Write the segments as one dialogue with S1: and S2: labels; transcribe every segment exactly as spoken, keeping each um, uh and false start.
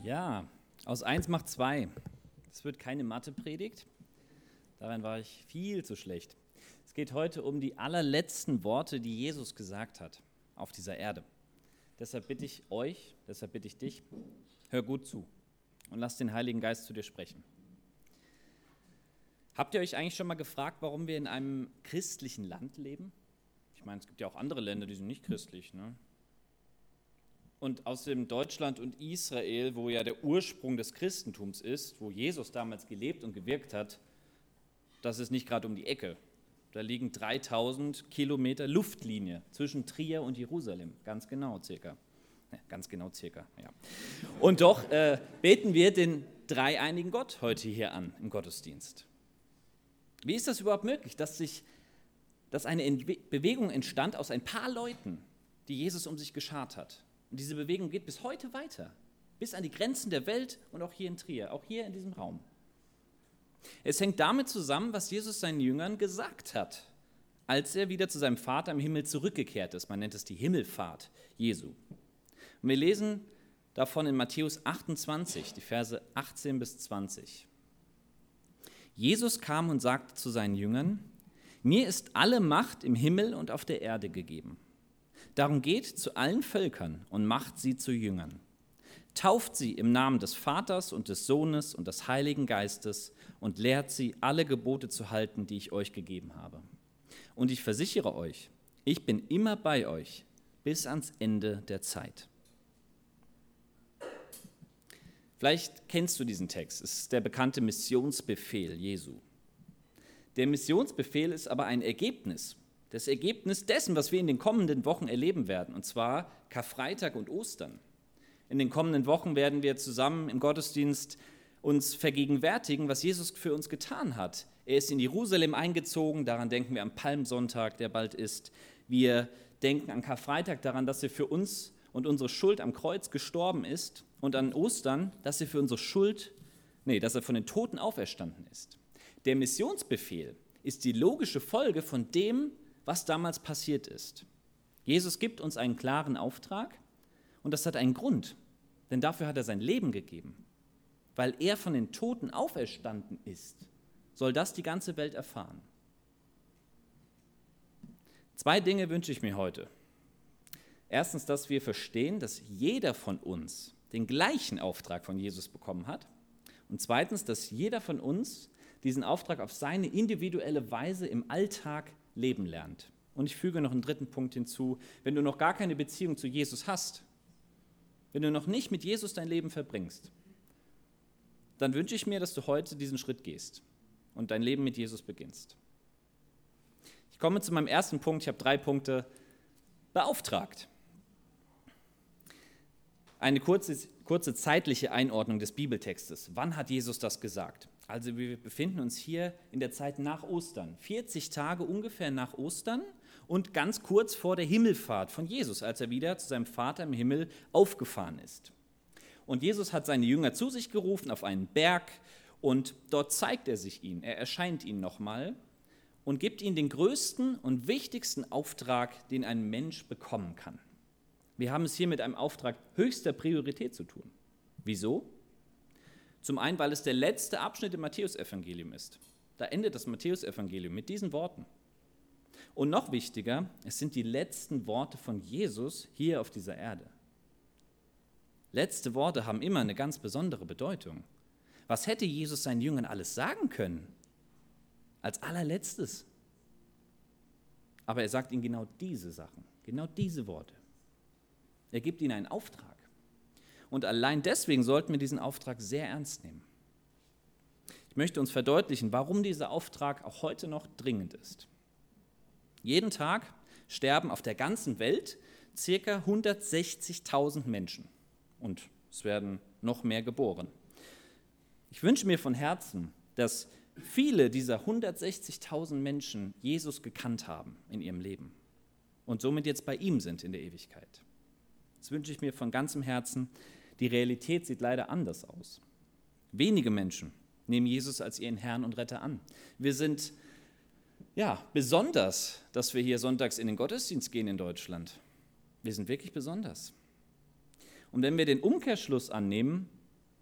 S1: Ja, aus eins macht zwei. Es wird keine Mathe-Predigt. Daran war ich viel zu schlecht. Es geht heute um die allerletzten Worte, die Jesus gesagt hat auf dieser Erde. Deshalb bitte ich euch, deshalb bitte ich dich, hör gut zu und lass den Heiligen Geist zu dir sprechen. Habt ihr euch eigentlich schon mal gefragt, warum wir in einem christlichen Land leben? Ich meine, es gibt ja auch andere Länder, die sind nicht christlich, ne? Und außerdem Deutschland und Israel, wo ja der Ursprung des Christentums ist, wo Jesus damals gelebt und gewirkt hat, das ist nicht gerade um die Ecke. Da liegen dreitausend Kilometer Luftlinie zwischen Trier und Jerusalem, ganz genau circa. Ja, ganz genau circa, ja. Und doch äh, beten wir den dreieinigen Gott heute hier an im Gottesdienst. Wie ist das überhaupt möglich, dass, sich, dass eine Entwe- Bewegung entstand aus ein paar Leuten, die Jesus um sich geschart hat? Und diese Bewegung geht bis heute weiter, bis an die Grenzen der Welt und auch hier in Trier, auch hier in diesem Raum. Es hängt damit zusammen, was Jesus seinen Jüngern gesagt hat, als er wieder zu seinem Vater im Himmel zurückgekehrt ist. Man nennt es die Himmelfahrt Jesu. Und wir lesen davon in Matthäus achtundzwanzig, die Verse achtzehn bis zwanzig. Jesus kam und sagte zu seinen Jüngern: Mir ist alle Macht im Himmel und auf der Erde gegeben. Darum geht zu allen Völkern und macht sie zu Jüngern. Tauft sie im Namen des Vaters und des Sohnes und des Heiligen Geistes und lehrt sie, alle Gebote zu halten, die ich euch gegeben habe. Und ich versichere euch, ich bin immer bei euch bis ans Ende der Zeit. Vielleicht kennst du diesen Text. Es ist der bekannte Missionsbefehl Jesu. Der Missionsbefehl ist aber ein Ergebnis. Das Ergebnis dessen, was wir in den kommenden Wochen erleben werden, und zwar Karfreitag und Ostern. In den kommenden Wochen werden wir zusammen im Gottesdienst uns vergegenwärtigen, was Jesus für uns getan hat. Er ist in Jerusalem eingezogen, daran denken wir am Palmsonntag, der bald ist. Wir denken an Karfreitag daran, dass er für uns und unsere Schuld am Kreuz gestorben ist, und an Ostern, dass er für unsere Schuld, nee, dass er von den Toten auferstanden ist. Der Missionsbefehl ist die logische Folge von dem, was damals passiert ist. Jesus gibt uns einen klaren Auftrag und das hat einen Grund, denn dafür hat er sein Leben gegeben. Weil er von den Toten auferstanden ist, soll das die ganze Welt erfahren. Zwei Dinge wünsche ich mir heute. Erstens, dass wir verstehen, dass jeder von uns den gleichen Auftrag von Jesus bekommen hat. Und zweitens, dass jeder von uns diesen Auftrag auf seine individuelle Weise im Alltag leben lernt. Und ich füge noch einen dritten Punkt hinzu: Wenn du noch gar keine Beziehung zu Jesus hast, wenn du noch nicht mit Jesus dein Leben verbringst, dann wünsche ich mir, dass du heute diesen Schritt gehst und dein Leben mit Jesus beginnst. Ich komme zu meinem ersten Punkt. Ich habe drei Punkte. Beauftragt. Eine kurze, kurze zeitliche Einordnung des Bibeltextes. Wann hat Jesus das gesagt? Also wir befinden uns hier in der Zeit nach Ostern, vierzig Tage ungefähr nach Ostern und ganz kurz vor der Himmelfahrt von Jesus, als er wieder zu seinem Vater im Himmel aufgefahren ist. Und Jesus hat seine Jünger zu sich gerufen auf einen Berg und dort zeigt er sich ihnen. Er erscheint ihnen nochmal und gibt ihnen den größten und wichtigsten Auftrag, den ein Mensch bekommen kann. Wir haben es hier mit einem Auftrag höchster Priorität zu tun. Wieso? Zum einen, weil es der letzte Abschnitt im Matthäusevangelium ist. Da endet das Matthäusevangelium mit diesen Worten. Und noch wichtiger, es sind die letzten Worte von Jesus hier auf dieser Erde. Letzte Worte haben immer eine ganz besondere Bedeutung. Was hätte Jesus seinen Jüngern alles sagen können? Als allerletztes. Aber er sagt ihnen genau diese Sachen, genau diese Worte. Er gibt ihnen einen Auftrag. Und allein deswegen sollten wir diesen Auftrag sehr ernst nehmen. Ich möchte uns verdeutlichen, warum dieser Auftrag auch heute noch dringend ist. Jeden Tag sterben auf der ganzen Welt ca. hundertsechzigtausend Menschen. Und es werden noch mehr geboren. Ich wünsche mir von Herzen, dass viele dieser hundertsechzigtausend Menschen Jesus gekannt haben in ihrem Leben und somit jetzt bei ihm sind in der Ewigkeit. Das wünsche ich mir von ganzem Herzen. Die Realität sieht leider anders aus. Wenige Menschen nehmen Jesus als ihren Herrn und Retter an. Wir sind ja besonders, dass wir hier sonntags in den Gottesdienst gehen in Deutschland. Wir sind wirklich besonders. Und wenn wir den Umkehrschluss annehmen,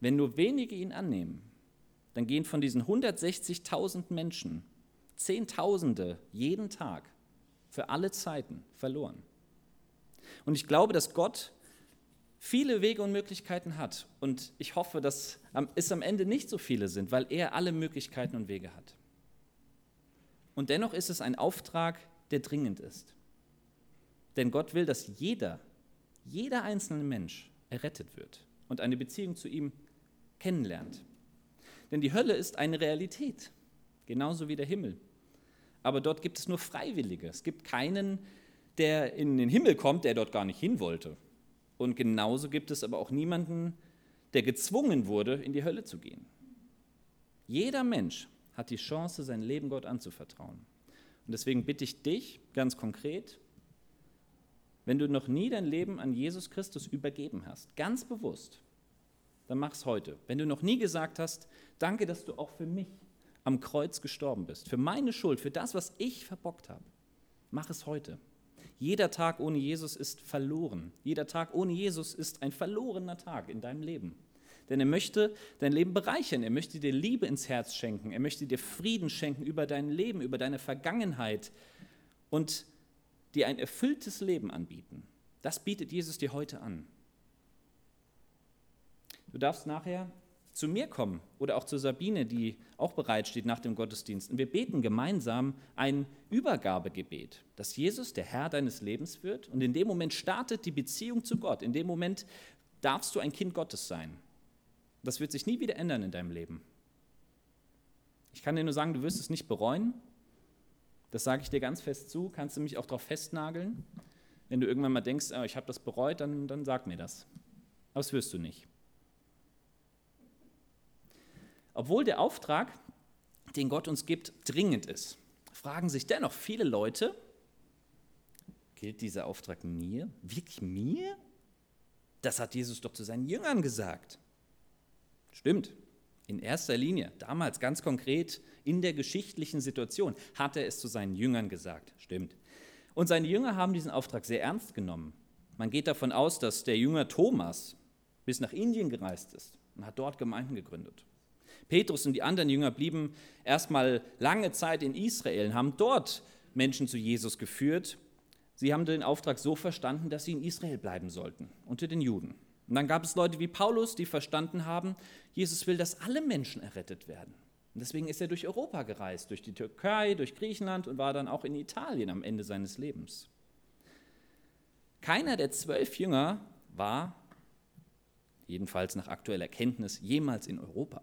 S1: Wenn nur wenige ihn annehmen, dann gehen von diesen hundertsechzigtausend Menschen Zehntausende jeden Tag für alle Zeiten verloren. Und ich glaube, dass Gott viele Wege und Möglichkeiten hat. Und ich hoffe, dass es am Ende nicht so viele sind, weil er alle Möglichkeiten und Wege hat. Und dennoch ist es ein Auftrag, der dringend ist. Denn Gott will, dass jeder, jeder einzelne Mensch errettet wird und eine Beziehung zu ihm kennenlernt. Denn die Hölle ist eine Realität, genauso wie der Himmel. Aber dort gibt es nur Freiwillige. Es gibt keinen, der in den Himmel kommt, der dort gar nicht hin wollte. Und genauso gibt es aber auch niemanden, der gezwungen wurde, in die Hölle zu gehen. Jeder Mensch hat die Chance, sein Leben Gott anzuvertrauen. Und deswegen bitte ich dich ganz konkret, wenn du noch nie dein Leben an Jesus Christus übergeben hast, ganz bewusst, dann mach es heute. Wenn du noch nie gesagt hast, danke, dass du auch für mich am Kreuz gestorben bist, für meine Schuld, für das, was ich verbockt habe, mach es heute. Jeder Tag ohne Jesus ist verloren. Jeder Tag ohne Jesus ist ein verlorener Tag in deinem Leben. Denn er möchte dein Leben bereichern, er möchte dir Liebe ins Herz schenken, er möchte dir Frieden schenken über dein Leben, über deine Vergangenheit und dir ein erfülltes Leben anbieten. Das bietet Jesus dir heute an. Du darfst nachher zu mir kommen oder auch zu Sabine, die auch bereitsteht nach dem Gottesdienst. Und wir beten gemeinsam ein Übergabegebet, dass Jesus der Herr deines Lebens wird. Und in dem Moment startet die Beziehung zu Gott. In dem Moment darfst du ein Kind Gottes sein. Das wird sich nie wieder ändern in deinem Leben. Ich kann dir nur sagen, du wirst es nicht bereuen. Das sage ich dir ganz fest zu. Kannst du mich auch darauf festnageln. Wenn du irgendwann mal denkst, oh, ich habe das bereut, dann, dann sag mir das. Aber das wirst du nicht. Obwohl der Auftrag, den Gott uns gibt, dringend ist, fragen sich dennoch viele Leute, gilt dieser Auftrag mir? Wirklich mir? Das hat Jesus doch zu seinen Jüngern gesagt. Stimmt, in erster Linie, damals ganz konkret in der geschichtlichen Situation, hat er es zu seinen Jüngern gesagt. Stimmt. Und seine Jünger haben diesen Auftrag sehr ernst genommen. Man geht davon aus, dass der Jünger Thomas bis nach Indien gereist ist und hat dort Gemeinden gegründet. Petrus und die anderen Jünger blieben erstmal lange Zeit in Israel und haben dort Menschen zu Jesus geführt. Sie haben den Auftrag so verstanden, dass sie in Israel bleiben sollten, unter den Juden. Und dann gab es Leute wie Paulus, die verstanden haben, Jesus will, dass alle Menschen errettet werden. Und deswegen ist er durch Europa gereist, durch die Türkei, durch Griechenland und war dann auch in Italien am Ende seines Lebens. Keiner der zwölf Jünger war, jedenfalls nach aktueller Kenntnis, jemals in Europa.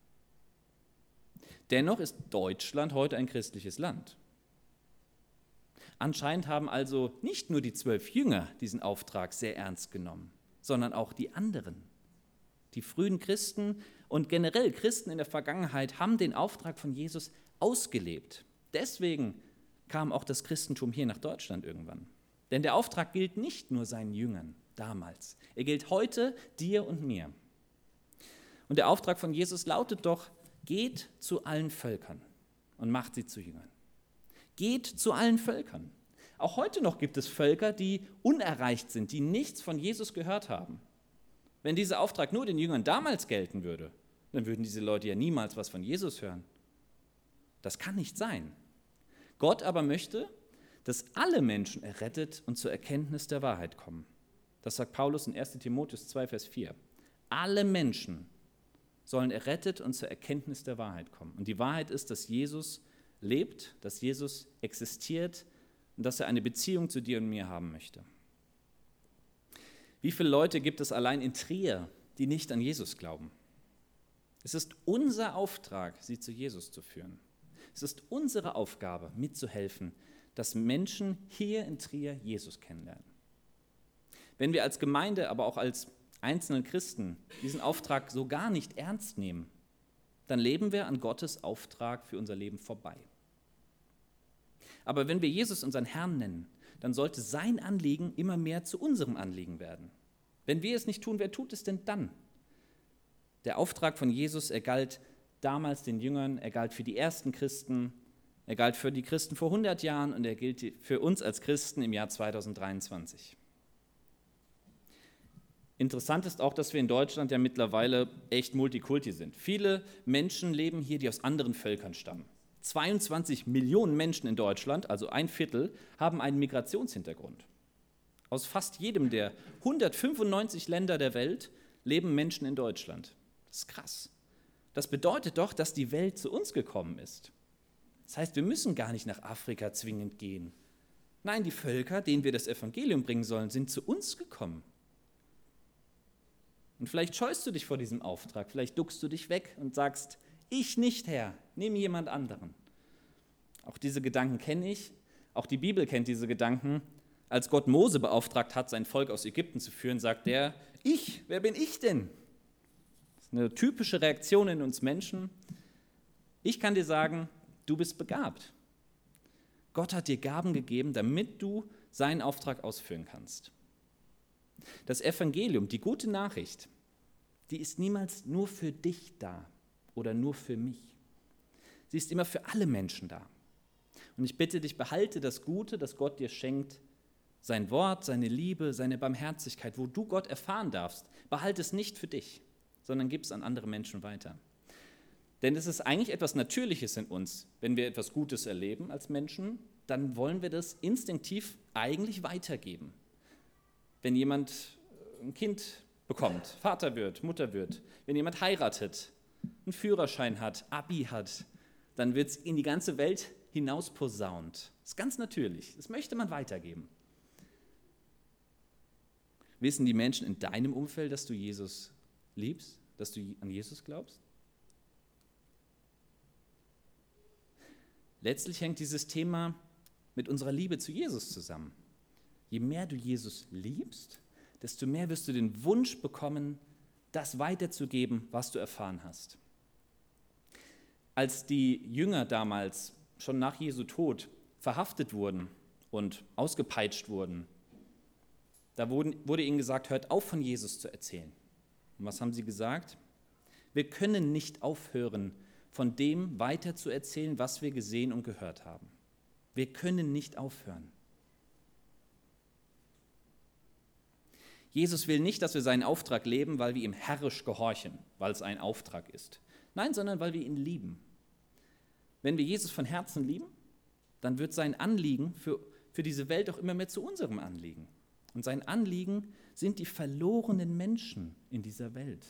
S1: Dennoch ist Deutschland heute ein christliches Land. Anscheinend haben also nicht nur die zwölf Jünger diesen Auftrag sehr ernst genommen, sondern auch die anderen. Die frühen Christen und generell Christen in der Vergangenheit haben den Auftrag von Jesus ausgelebt. Deswegen kam auch das Christentum hier nach Deutschland irgendwann. Denn der Auftrag gilt nicht nur seinen Jüngern damals. Er gilt heute dir und mir. Und der Auftrag von Jesus lautet doch, geht zu allen Völkern und macht sie zu Jüngern. Geht zu allen Völkern. Auch heute noch gibt es Völker, die unerreicht sind, die nichts von Jesus gehört haben. Wenn dieser Auftrag nur den Jüngern damals gelten würde, dann würden diese Leute ja niemals was von Jesus hören. Das kann nicht sein. Gott aber möchte, dass alle Menschen errettet und zur Erkenntnis der Wahrheit kommen. Das sagt Paulus in erster Timotheus zwei, Vers vier. Alle Menschen sollen errettet und zur Erkenntnis der Wahrheit kommen. Und die Wahrheit ist, dass Jesus lebt, dass Jesus existiert und dass er eine Beziehung zu dir und mir haben möchte. Wie viele Leute gibt es allein in Trier, die nicht an Jesus glauben? Es ist unser Auftrag, sie zu Jesus zu führen. Es ist unsere Aufgabe, mitzuhelfen, dass Menschen hier in Trier Jesus kennenlernen. Wenn wir als Gemeinde, aber auch als einzelnen Christen diesen Auftrag so gar nicht ernst nehmen, dann leben wir an Gottes Auftrag für unser Leben vorbei. Aber wenn wir Jesus unseren Herrn nennen, dann sollte sein Anliegen immer mehr zu unserem Anliegen werden. Wenn wir es nicht tun, wer tut es denn dann? Der Auftrag von Jesus, er galt damals den Jüngern, er galt für die ersten Christen, er galt für die Christen vor hundert Jahren und er gilt für uns als Christen im Jahr zweitausenddreiundzwanzig. Interessant ist auch, dass wir in Deutschland ja mittlerweile echt Multikulti sind. Viele Menschen leben hier, die aus anderen Völkern stammen. zweiundzwanzig Millionen Menschen in Deutschland, also ein Viertel, haben einen Migrationshintergrund. Aus fast jedem der hundertfünfundneunzig Länder der Welt leben Menschen in Deutschland. Das ist krass. Das bedeutet doch, dass die Welt zu uns gekommen ist. Das heißt, wir müssen gar nicht nach Afrika zwingend gehen. Nein, die Völker, denen wir das Evangelium bringen sollen, sind zu uns gekommen. Und vielleicht scheust du dich vor diesem Auftrag, vielleicht duckst du dich weg und sagst, ich nicht, Herr, nimm jemand anderen. Auch diese Gedanken kenne ich, auch die Bibel kennt diese Gedanken. Als Gott Mose beauftragt hat, sein Volk aus Ägypten zu führen, sagt er, ich, wer bin ich denn? Das ist eine typische Reaktion in uns Menschen. Ich kann dir sagen, du bist begabt. Gott hat dir Gaben gegeben, damit du seinen Auftrag ausführen kannst. Das Evangelium, die gute Nachricht, die ist niemals nur für dich da oder nur für mich. Sie ist immer für alle Menschen da. Und ich bitte dich, behalte das Gute, das Gott dir schenkt, sein Wort, seine Liebe, seine Barmherzigkeit, wo du Gott erfahren darfst, behalte es nicht für dich, sondern gib es an andere Menschen weiter. Denn es ist eigentlich etwas Natürliches in uns. Wenn wir etwas Gutes erleben als Menschen, dann wollen wir das instinktiv eigentlich weitergeben. Wenn jemand ein Kind bekommt, Vater wird, Mutter wird, wenn jemand heiratet, einen Führerschein hat, Abi hat, dann wird es in die ganze Welt hinaus posaunt. Das ist ganz natürlich. Das möchte man weitergeben. Wissen die Menschen in deinem Umfeld, dass du Jesus liebst, dass du an Jesus glaubst? Letztlich hängt dieses Thema mit unserer Liebe zu Jesus zusammen. Je mehr du Jesus liebst, desto mehr wirst du den Wunsch bekommen, das weiterzugeben, was du erfahren hast. Als die Jünger damals schon nach Jesu Tod verhaftet wurden und ausgepeitscht wurden, da wurde ihnen gesagt, hört auf, von Jesus zu erzählen. Und was haben sie gesagt? Wir können nicht aufhören, von dem weiter zu erzählen, was wir gesehen und gehört haben. Wir können nicht aufhören. Jesus will nicht, dass wir seinen Auftrag leben, weil wir ihm herrisch gehorchen, weil es ein Auftrag ist. Nein, sondern weil wir ihn lieben. Wenn wir Jesus von Herzen lieben, dann wird sein Anliegen für, für diese Welt auch immer mehr zu unserem Anliegen. Und sein Anliegen sind die verlorenen Menschen in dieser Welt.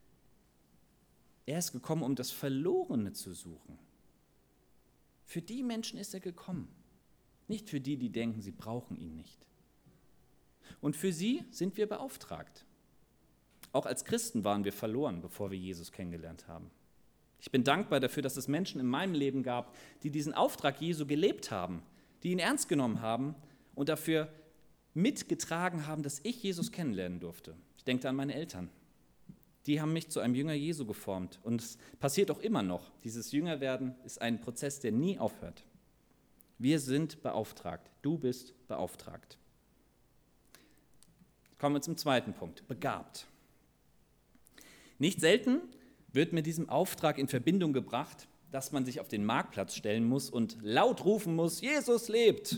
S1: Er ist gekommen, um das Verlorene zu suchen. Für die Menschen ist er gekommen, nicht für die, die denken, sie brauchen ihn nicht. Und für sie sind wir beauftragt. Auch als Christen waren wir verloren, bevor wir Jesus kennengelernt haben. Ich bin dankbar dafür, dass es Menschen in meinem Leben gab, die diesen Auftrag Jesu gelebt haben, die ihn ernst genommen haben und dafür mitgetragen haben, dass ich Jesus kennenlernen durfte. Ich denke an meine Eltern. Die haben mich zu einem Jünger Jesu geformt. Und es passiert auch immer noch. Dieses Jüngerwerden ist ein Prozess, der nie aufhört. Wir sind beauftragt. Du bist beauftragt. Kommen wir zum zweiten Punkt. Begabt. Nicht selten wird mit diesem Auftrag in Verbindung gebracht, dass man sich auf den Marktplatz stellen muss und laut rufen muss, Jesus lebt.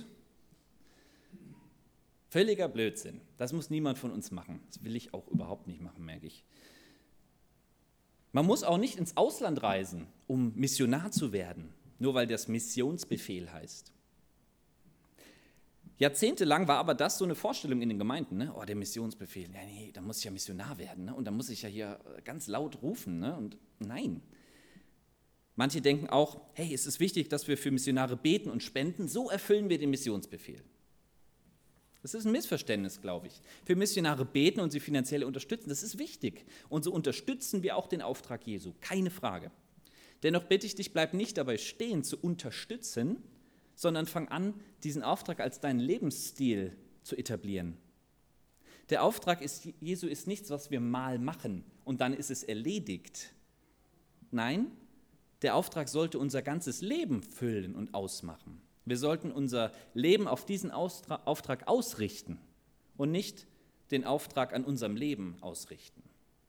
S1: Völliger Blödsinn. Das muss niemand von uns machen. Das will ich auch überhaupt nicht machen, merke ich. Man muss auch nicht ins Ausland reisen, um Missionar zu werden, nur weil das Missionsbefehl heißt. Jahrzehntelang war aber das so eine Vorstellung in den Gemeinden. Ne? Oh, der Missionsbefehl, ja, nee, da muss ich ja Missionar werden. Ne? Und da muss ich ja hier ganz laut rufen. Ne? Und nein. Manche denken auch, hey, es ist wichtig, dass wir für Missionare beten und spenden. So erfüllen wir den Missionsbefehl. Das ist ein Missverständnis, glaube ich. Für Missionare beten und sie finanziell unterstützen, das ist wichtig. Und so unterstützen wir auch den Auftrag Jesu, keine Frage. Dennoch bitte ich dich, bleib nicht dabei stehen, zu unterstützen, sondern fang an, diesen Auftrag als deinen Lebensstil zu etablieren. Der Auftrag ist, Jesu ist nichts, was wir mal machen und dann ist es erledigt. Nein, der Auftrag sollte unser ganzes Leben füllen und ausmachen. Wir sollten unser Leben auf diesen Auftrag ausrichten und nicht den Auftrag an unserem Leben ausrichten.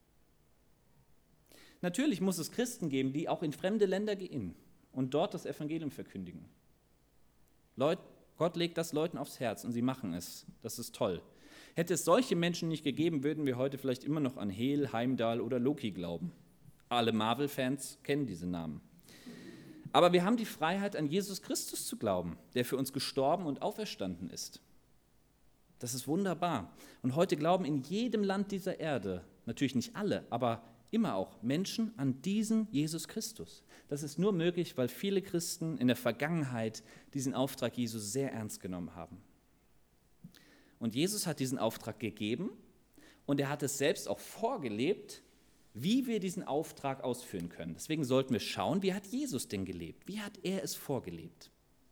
S1: Natürlich muss es Christen geben, die auch in fremde Länder gehen und dort das Evangelium verkündigen. Leut, Gott legt das Leuten aufs Herz und sie machen es. Das ist toll. Hätte es solche Menschen nicht gegeben, würden wir heute vielleicht immer noch an Hel, Heimdall oder Loki glauben. Alle Marvel-Fans kennen diese Namen. Aber wir haben die Freiheit, an Jesus Christus zu glauben, der für uns gestorben und auferstanden ist. Das ist wunderbar. Und heute glauben in jedem Land dieser Erde, natürlich nicht alle, aber immer auch Menschen an diesen Jesus Christus. Das ist nur möglich, weil viele Christen in der Vergangenheit diesen Auftrag Jesu sehr ernst genommen haben. Und Jesus hat diesen Auftrag gegeben und er hat es selbst auch vorgelebt, wie wir diesen Auftrag ausführen können. Deswegen sollten wir schauen, wie hat Jesus denn gelebt? Wie hat er es vorgelebt?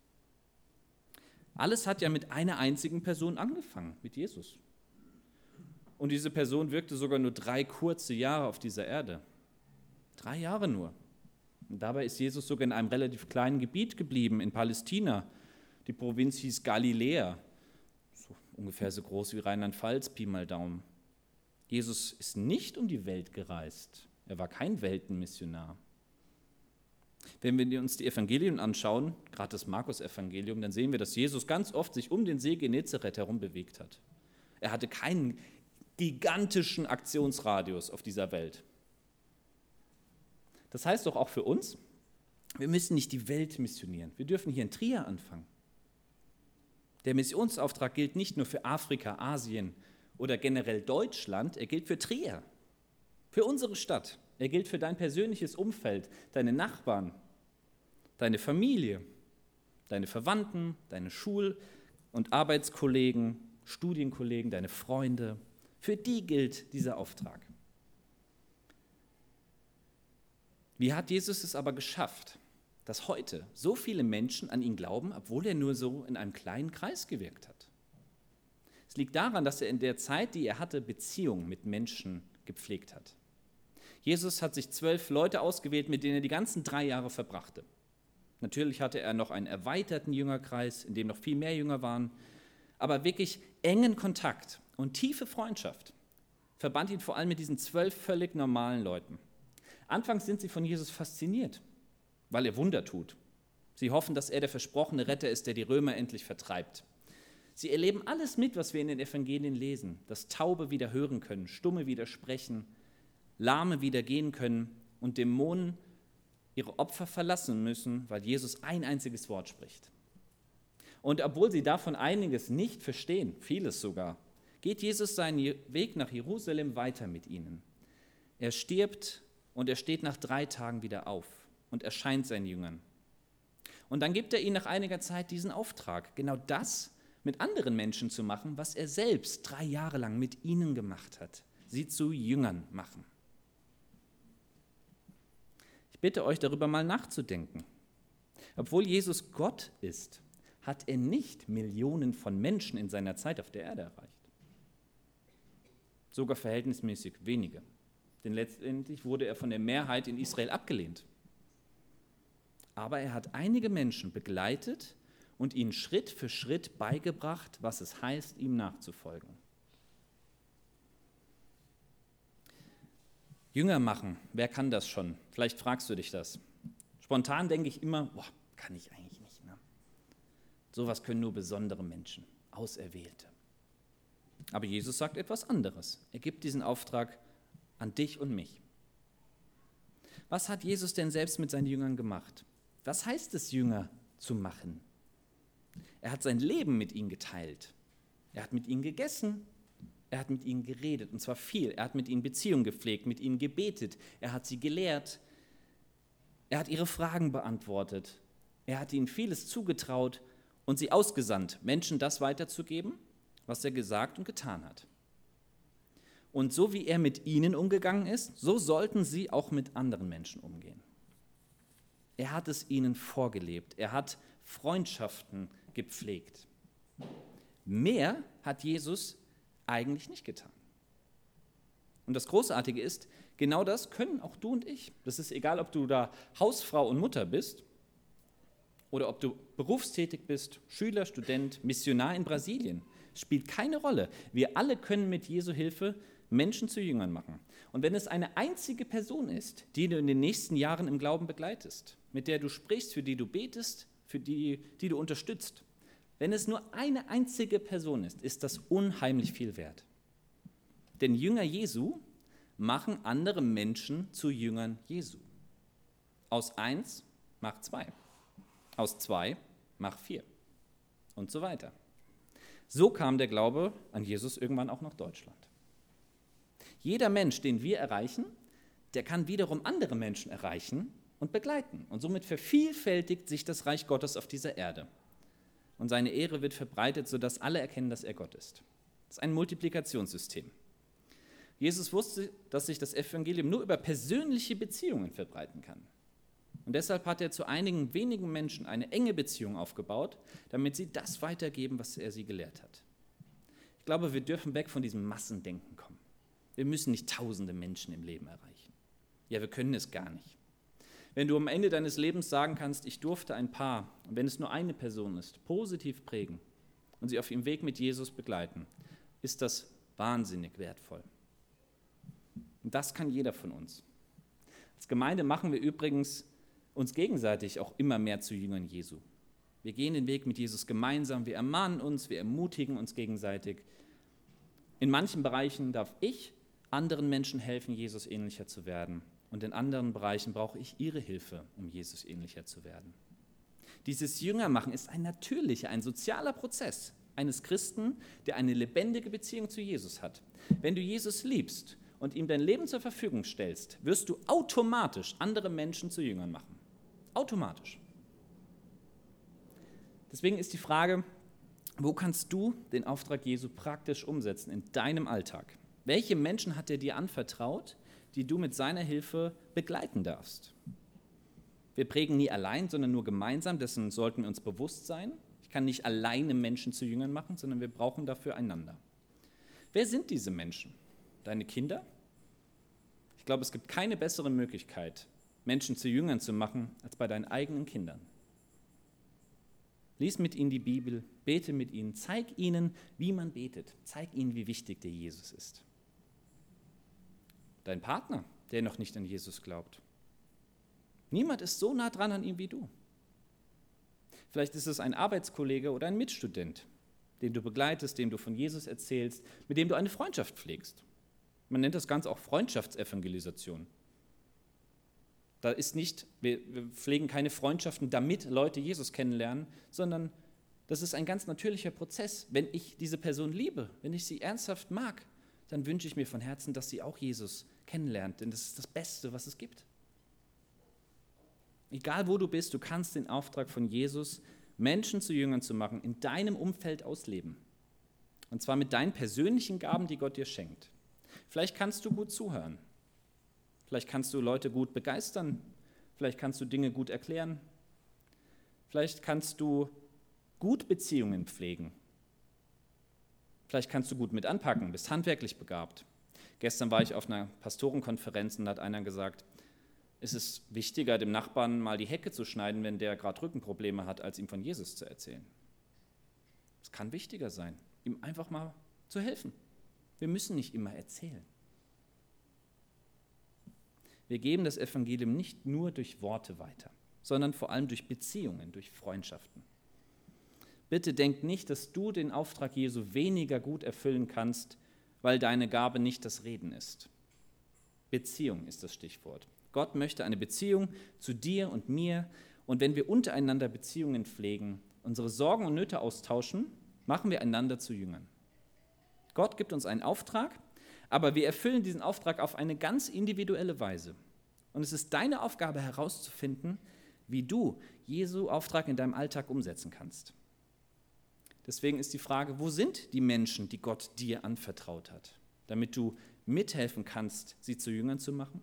S1: Alles hat ja mit einer einzigen Person angefangen, mit Jesus. Und diese Person wirkte sogar nur drei kurze Jahre auf dieser Erde. Drei Jahre nur. Und dabei ist Jesus sogar in einem relativ kleinen Gebiet geblieben, in Palästina. Die Provinz hieß Galiläa, so ungefähr so groß wie Rheinland-Pfalz, Pi mal Daumen. Jesus ist nicht um die Welt gereist. Er war kein Weltenmissionar. Wenn wir uns die Evangelien anschauen, gerade das Markus-Evangelium, dann sehen wir, dass Jesus ganz oft sich um den See Genezareth herum bewegt hat. Er hatte keinen gigantischen Aktionsradius auf dieser Welt. Das heißt doch auch für uns, wir müssen nicht die Welt missionieren. Wir dürfen hier in Trier anfangen. Der Missionsauftrag gilt nicht nur für Afrika, Asien oder generell Deutschland, er gilt für Trier, für unsere Stadt. Er gilt für dein persönliches Umfeld, deine Nachbarn, deine Familie, deine Verwandten, deine Schul- und Arbeitskollegen, Studienkollegen, deine Freunde. Für die gilt dieser Auftrag. Wie hat Jesus es aber geschafft, dass heute so viele Menschen an ihn glauben, obwohl er nur so in einem kleinen Kreis gewirkt hat? Es liegt daran, dass er in der Zeit, die er hatte, Beziehungen mit Menschen gepflegt hat. Jesus hat sich zwölf Leute ausgewählt, mit denen er die ganzen drei Jahre verbrachte. Natürlich hatte er noch einen erweiterten Jüngerkreis, in dem noch viel mehr Jünger waren, aber wirklich engen Kontakt und tiefe Freundschaft verband ihn vor allem mit diesen zwölf völlig normalen Leuten. Anfangs sind sie von Jesus fasziniert, weil er Wunder tut. Sie hoffen, dass er der versprochene Retter ist, der die Römer endlich vertreibt. Sie erleben alles mit, was wir in den Evangelien lesen, dass Taube wieder hören können, Stumme wieder sprechen, Lahme wieder gehen können und Dämonen ihre Opfer verlassen müssen, weil Jesus ein einziges Wort spricht. Und obwohl sie davon einiges nicht verstehen, vieles sogar, geht Jesus seinen Weg nach Jerusalem weiter mit ihnen. Er stirbt und er steht nach drei Tagen wieder auf und erscheint seinen Jüngern. Und dann gibt er ihnen nach einiger Zeit diesen Auftrag, genau das mit anderen Menschen zu machen, was er selbst drei Jahre lang mit ihnen gemacht hat, sie zu Jüngern machen. Ich bitte euch, darüber mal nachzudenken. Obwohl Jesus Gott ist, hat er nicht Millionen von Menschen in seiner Zeit auf der Erde erreicht. Sogar verhältnismäßig wenige. Denn letztendlich wurde er von der Mehrheit in Israel abgelehnt. Aber er hat einige Menschen begleitet und ihnen Schritt für Schritt beigebracht, was es heißt, ihm nachzufolgen. Jünger machen, wer kann das schon? Vielleicht fragst du dich das. Spontan denke ich immer, boah, kann ich eigentlich nicht. Ne? Sowas können nur besondere Menschen, Auserwählte. Aber Jesus sagt etwas anderes. Er gibt diesen Auftrag an dich und mich. Was hat Jesus denn selbst mit seinen Jüngern gemacht? Was heißt es, Jünger zu machen? Er hat sein Leben mit ihnen geteilt. Er hat mit ihnen gegessen. Er hat mit ihnen geredet, und zwar viel. Er hat mit ihnen Beziehungen gepflegt, mit ihnen gebetet. Er hat sie gelehrt. Er hat ihre Fragen beantwortet. Er hat ihnen vieles zugetraut und sie ausgesandt, Menschen das weiterzugeben, was er gesagt und getan hat. Und so wie er mit ihnen umgegangen ist, so sollten sie auch mit anderen Menschen umgehen. Er hat es ihnen vorgelebt. Er hat Freundschaften gepflegt. Mehr hat Jesus eigentlich nicht getan. Und das Großartige ist, genau das können auch du und ich. Das ist egal, ob du da Hausfrau und Mutter bist oder ob du berufstätig bist, Schüler, Student, Missionar in Brasilien. Es spielt keine Rolle. Wir alle können mit Jesu Hilfe Menschen zu Jüngern machen. Und wenn es eine einzige Person ist, die du in den nächsten Jahren im Glauben begleitest, mit der du sprichst, für die du betest, für die, die du unterstützt, Wenn es nur eine einzige Person ist, ist das unheimlich viel wert. Denn Jünger Jesu machen andere Menschen zu Jüngern Jesu. Aus eins macht zwei. Aus zwei macht vier. Und so weiter. So kam der Glaube an Jesus irgendwann auch nach Deutschland. Jeder Mensch, den wir erreichen, der kann wiederum andere Menschen erreichen und begleiten. Und somit vervielfältigt sich das Reich Gottes auf dieser Erde. Und seine Ehre wird verbreitet, sodass alle erkennen, dass er Gott ist. Das ist ein Multiplikationssystem. Jesus wusste, dass sich das Evangelium nur über persönliche Beziehungen verbreiten kann. Und deshalb hat er zu einigen wenigen Menschen eine enge Beziehung aufgebaut, damit sie das weitergeben, was er sie gelehrt hat. Ich glaube, wir dürfen weg von diesem Massendenken kommen. Wir müssen nicht tausende Menschen im Leben erreichen. Ja, wir können es gar nicht. Wenn du am Ende deines Lebens sagen kannst, ich durfte ein Paar, und wenn es nur eine Person ist, positiv prägen und sie auf ihrem Weg mit Jesus begleiten, ist das wahnsinnig wertvoll. Und das kann jeder von uns. Als Gemeinde machen wir übrigens uns gegenseitig auch immer mehr zu Jüngern Jesu. Wir gehen den Weg mit Jesus gemeinsam, wir ermahnen uns, wir ermutigen uns gegenseitig. In manchen Bereichen darf ich anderen Menschen helfen, Jesus ähnlicher zu werden. Und in anderen Bereichen brauche ich ihre Hilfe, um Jesus ähnlicher zu werden. Dieses Jüngermachen ist ein natürlicher, ein sozialer Prozess eines Christen, der eine lebendige Beziehung zu Jesus hat. Wenn du Jesus liebst und ihm dein Leben zur Verfügung stellst, wirst du automatisch andere Menschen zu Jüngern machen. Automatisch. Deswegen ist die Frage, wo kannst du den Auftrag Jesu praktisch umsetzen in deinem Alltag? Welche Menschen hat er dir anvertraut, die du mit seiner Hilfe begleiten darfst? Wir prägen nie allein, sondern nur gemeinsam, dessen sollten wir uns bewusst sein. Ich kann nicht alleine Menschen zu Jüngern machen, sondern wir brauchen dafür einander. Wer sind diese Menschen? Deine Kinder? Ich glaube, es gibt keine bessere Möglichkeit, Menschen zu Jüngern zu machen, als bei deinen eigenen Kindern. Lies mit ihnen die Bibel, bete mit ihnen, zeig ihnen, wie man betet, zeig ihnen, wie wichtig der Jesus ist. Dein Partner, der noch nicht an Jesus glaubt. Niemand ist so nah dran an ihm wie du. Vielleicht ist es ein Arbeitskollege oder ein Mitstudent, den du begleitest, dem du von Jesus erzählst, mit dem du eine Freundschaft pflegst. Man nennt das Ganze auch Freundschaftsevangelisation. Da ist nicht, wir, wir pflegen keine Freundschaften, damit Leute Jesus kennenlernen, sondern das ist ein ganz natürlicher Prozess. Wenn ich diese Person liebe, wenn ich sie ernsthaft mag, dann wünsche ich mir von Herzen, dass sie auch Jesus kennenlernt, denn das ist das Beste, was es gibt. Egal wo du bist, du kannst den Auftrag von Jesus, Menschen zu Jüngern zu machen, in deinem Umfeld ausleben. Und zwar mit deinen persönlichen Gaben, die Gott dir schenkt. Vielleicht kannst du gut zuhören. Vielleicht kannst du Leute gut begeistern. Vielleicht kannst du Dinge gut erklären. Vielleicht kannst du gut Beziehungen pflegen. Vielleicht kannst du gut mit anpacken, bist handwerklich begabt. Gestern war ich auf einer Pastorenkonferenz und da hat einer gesagt, es ist wichtiger, dem Nachbarn mal die Hecke zu schneiden, wenn der gerade Rückenprobleme hat, als ihm von Jesus zu erzählen. Es kann wichtiger sein, ihm einfach mal zu helfen. Wir müssen nicht immer erzählen. Wir geben das Evangelium nicht nur durch Worte weiter, sondern vor allem durch Beziehungen, durch Freundschaften. Bitte denk nicht, dass du den Auftrag Jesu weniger gut erfüllen kannst, weil deine Gabe nicht das Reden ist. Beziehung ist das Stichwort. Gott möchte eine Beziehung zu dir und mir. Und wenn wir untereinander Beziehungen pflegen, unsere Sorgen und Nöte austauschen, machen wir einander zu Jüngern. Gott gibt uns einen Auftrag, aber wir erfüllen diesen Auftrag auf eine ganz individuelle Weise. Und es ist deine Aufgabe herauszufinden, wie du Jesu Auftrag in deinem Alltag umsetzen kannst. Deswegen ist die Frage, wo sind die Menschen, die Gott dir anvertraut hat, damit du mithelfen kannst, sie zu Jüngern zu machen?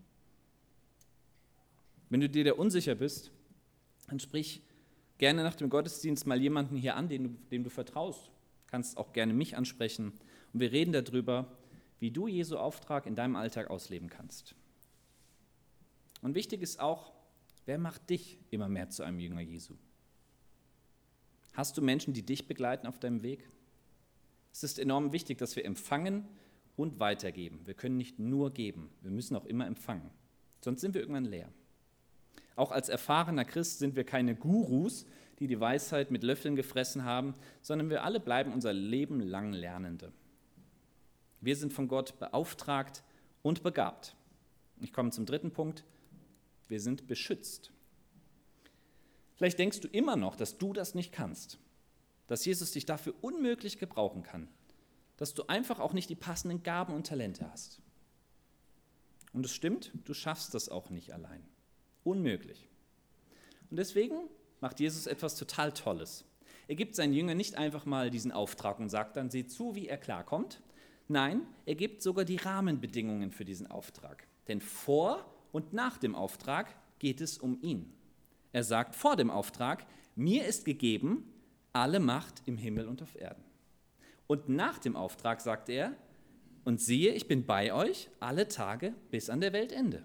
S1: Wenn du dir da unsicher bist, dann sprich gerne nach dem Gottesdienst mal jemanden hier an, dem du, dem du vertraust. Du kannst auch gerne mich ansprechen und wir reden darüber, wie du Jesu Auftrag in deinem Alltag ausleben kannst. Und wichtig ist auch, wer macht dich immer mehr zu einem Jünger Jesu? Hast du Menschen, die dich begleiten auf deinem Weg? Es ist enorm wichtig, dass wir empfangen und weitergeben. Wir können nicht nur geben, wir müssen auch immer empfangen. Sonst sind wir irgendwann leer. Auch als erfahrener Christ sind wir keine Gurus, die die Weisheit mit Löffeln gefressen haben, sondern wir alle bleiben unser Leben lang Lernende. Wir sind von Gott beauftragt und begabt. Ich komme zum dritten Punkt. Wir sind beschützt. Vielleicht denkst du immer noch, dass du das nicht kannst, dass Jesus dich dafür unmöglich gebrauchen kann, dass du einfach auch nicht die passenden Gaben und Talente hast. Und es stimmt, du schaffst das auch nicht allein. Unmöglich. Und deswegen macht Jesus etwas total Tolles. Er gibt seinen Jüngern nicht einfach mal diesen Auftrag und sagt dann, seht zu, wie er klarkommt. Nein, er gibt sogar die Rahmenbedingungen für diesen Auftrag. Denn vor und nach dem Auftrag geht es um ihn. Er sagt vor dem Auftrag, mir ist gegeben alle Macht im Himmel und auf Erden. Und nach dem Auftrag sagt er, und siehe, ich bin bei euch alle Tage bis an der Weltende.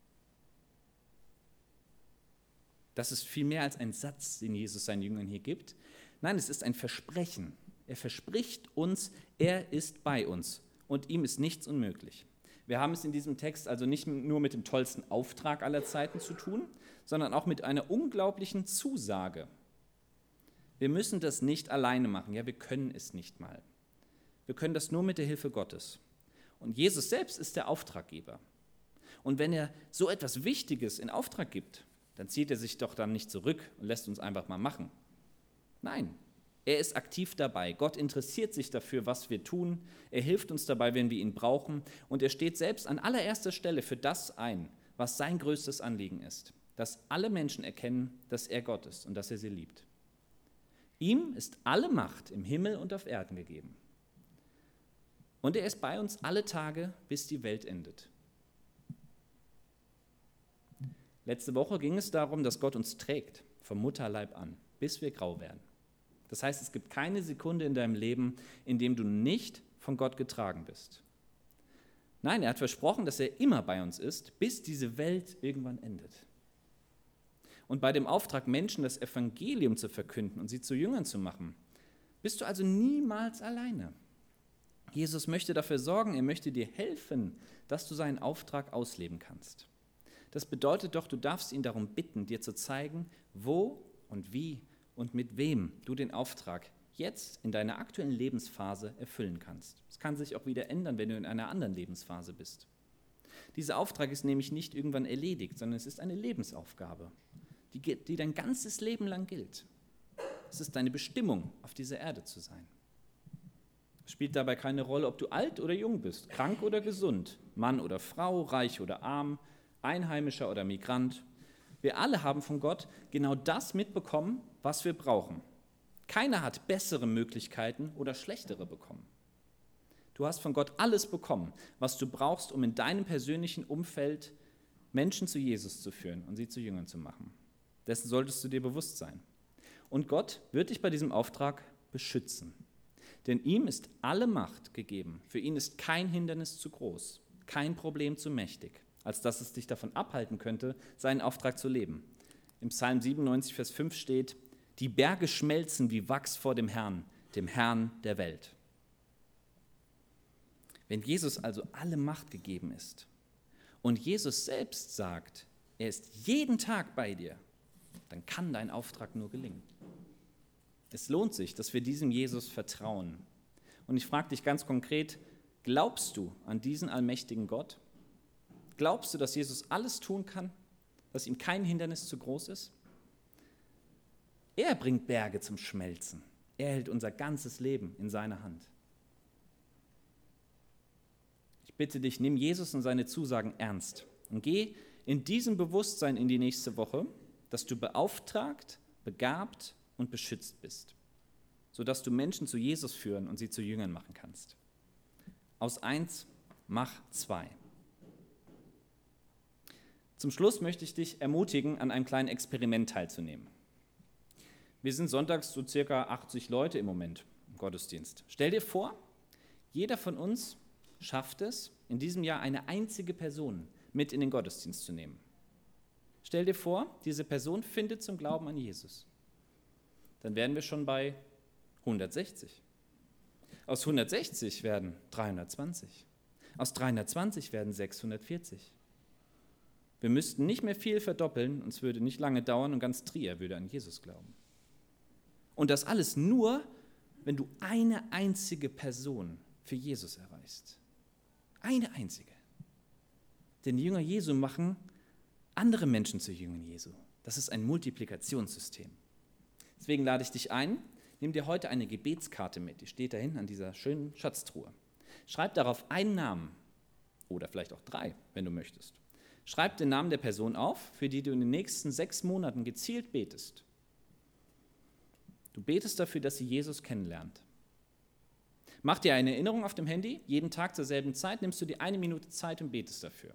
S1: Das ist viel mehr als ein Satz, den Jesus seinen Jüngern hier gibt. Nein, es ist ein Versprechen. Er verspricht uns, er ist bei uns und ihm ist nichts unmöglich. Wir haben es in diesem Text also nicht nur mit dem tollsten Auftrag aller Zeiten zu tun, sondern auch mit einer unglaublichen Zusage. Wir müssen das nicht alleine machen. Ja, wir können es nicht mal. Wir können das nur mit der Hilfe Gottes. Und Jesus selbst ist der Auftraggeber. Und wenn er so etwas Wichtiges in Auftrag gibt, dann zieht er sich doch dann nicht zurück und lässt uns einfach mal machen. Nein, er ist aktiv dabei. Gott interessiert sich dafür, was wir tun. Er hilft uns dabei, wenn wir ihn brauchen. Und er steht selbst an allererster Stelle für das ein, was sein größtes Anliegen ist. Dass alle Menschen erkennen, dass er Gott ist und dass er sie liebt. Ihm ist alle Macht im Himmel und auf Erden gegeben. Und er ist bei uns alle Tage, bis die Welt endet. Letzte Woche ging es darum, dass Gott uns trägt, vom Mutterleib an, bis wir grau werden. Das heißt, es gibt keine Sekunde in deinem Leben, in dem du nicht von Gott getragen bist. Nein, er hat versprochen, dass er immer bei uns ist, bis diese Welt irgendwann endet. Und bei dem Auftrag, Menschen das Evangelium zu verkünden und sie zu Jüngern zu machen, bist du also niemals alleine. Jesus möchte dafür sorgen, er möchte dir helfen, dass du seinen Auftrag ausleben kannst. Das bedeutet doch, du darfst ihn darum bitten, dir zu zeigen, wo und wie und mit wem du den Auftrag jetzt in deiner aktuellen Lebensphase erfüllen kannst. Es kann sich auch wieder ändern, wenn du in einer anderen Lebensphase bist. Dieser Auftrag ist nämlich nicht irgendwann erledigt, sondern es ist eine Lebensaufgabe, die, die dein ganzes Leben lang gilt. Es ist deine Bestimmung, auf dieser Erde zu sein. Es spielt dabei keine Rolle, ob du alt oder jung bist, krank oder gesund, Mann oder Frau, reich oder arm, Einheimischer oder Migrant. Wir alle haben von Gott genau das mitbekommen, was wir brauchen. Keiner hat bessere Möglichkeiten oder schlechtere bekommen. Du hast von Gott alles bekommen, was du brauchst, um in deinem persönlichen Umfeld Menschen zu Jesus zu führen und sie zu Jüngern zu machen. Dessen solltest du dir bewusst sein. Und Gott wird dich bei diesem Auftrag beschützen. Denn ihm ist alle Macht gegeben. Für ihn ist kein Hindernis zu groß, kein Problem zu mächtig, als dass es dich davon abhalten könnte, seinen Auftrag zu leben. Im Psalm siebenundneunzig, Vers fünf steht, die Berge schmelzen wie Wachs vor dem Herrn, dem Herrn der Welt. Wenn Jesus also alle Macht gegeben ist und Jesus selbst sagt, er ist jeden Tag bei dir, dann kann dein Auftrag nur gelingen. Es lohnt sich, dass wir diesem Jesus vertrauen. Und ich frage dich ganz konkret, glaubst du an diesen allmächtigen Gott? Glaubst du, dass Jesus alles tun kann, dass ihm kein Hindernis zu groß ist? Er bringt Berge zum Schmelzen. Er hält unser ganzes Leben in seiner Hand. Ich bitte dich, nimm Jesus und seine Zusagen ernst und geh in diesem Bewusstsein in die nächste Woche, dass du beauftragt, begabt und beschützt bist, sodass du Menschen zu Jesus führen und sie zu Jüngern machen kannst. Aus eins, mach zwei. Zum Schluss möchte ich dich ermutigen, an einem kleinen Experiment teilzunehmen. Wir sind sonntags so circa achtzig Leute im Moment im Gottesdienst. Stell dir vor, jeder von uns schafft es, in diesem Jahr eine einzige Person mit in den Gottesdienst zu nehmen. Stell dir vor, diese Person findet zum Glauben an Jesus. Dann wären wir schon bei hundertsechzig. Aus hundertsechzig werden dreihundertzwanzig. Aus dreihundertzwanzig werden sechshundertvierzig. Wir müssten nicht mehr viel verdoppeln und es würde nicht lange dauern und ganz Trier würde an Jesus glauben. Und das alles nur, wenn du eine einzige Person für Jesus erreichst. Eine einzige. Denn die Jünger Jesu machen andere Menschen zu Jüngern Jesu. Das ist ein Multiplikationssystem. Deswegen lade ich dich ein, nimm dir heute eine Gebetskarte mit. Die steht da hinten an dieser schönen Schatztruhe. Schreib darauf einen Namen oder vielleicht auch drei, wenn du möchtest. Schreib den Namen der Person auf, für die du in den nächsten sechs Monaten gezielt betest. Du betest dafür, dass sie Jesus kennenlernt. Mach dir eine Erinnerung auf dem Handy, jeden Tag zur selben Zeit nimmst du dir eine Minute Zeit und betest dafür.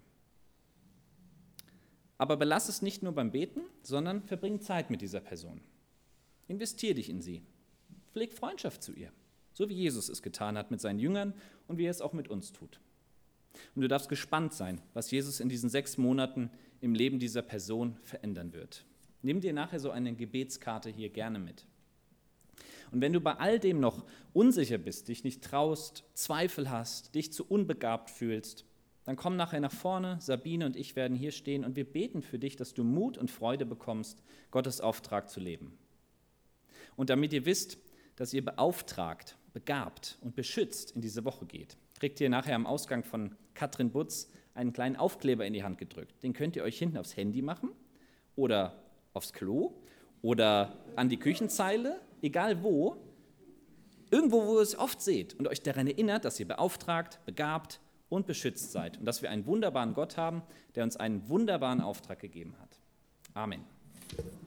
S1: Aber belass es nicht nur beim Beten, sondern verbring Zeit mit dieser Person. Investier dich in sie. Pfleg Freundschaft zu ihr, so wie Jesus es getan hat mit seinen Jüngern und wie er es auch mit uns tut. Und du darfst gespannt sein, was Jesus in diesen sechs Monaten im Leben dieser Person verändern wird. Nimm dir nachher so eine Gebetskarte hier gerne mit. Und wenn du bei all dem noch unsicher bist, dich nicht traust, Zweifel hast, dich zu unbegabt fühlst, dann komm nachher nach vorne, Sabine und ich werden hier stehen und wir beten für dich, dass du Mut und Freude bekommst, Gottes Auftrag zu leben. Und damit ihr wisst, dass ihr beauftragt, begabt und beschützt in diese Woche geht, kriegt ihr nachher am Ausgang von Katrin Butz einen kleinen Aufkleber in die Hand gedrückt. Den könnt ihr euch hinten aufs Handy machen oder aufs Klo oder an die Küchenzeile, egal wo, irgendwo, wo ihr es oft seht und euch daran erinnert, dass ihr beauftragt, begabt und beschützt seid und dass wir einen wunderbaren Gott haben, der uns einen wunderbaren Auftrag gegeben hat. Amen.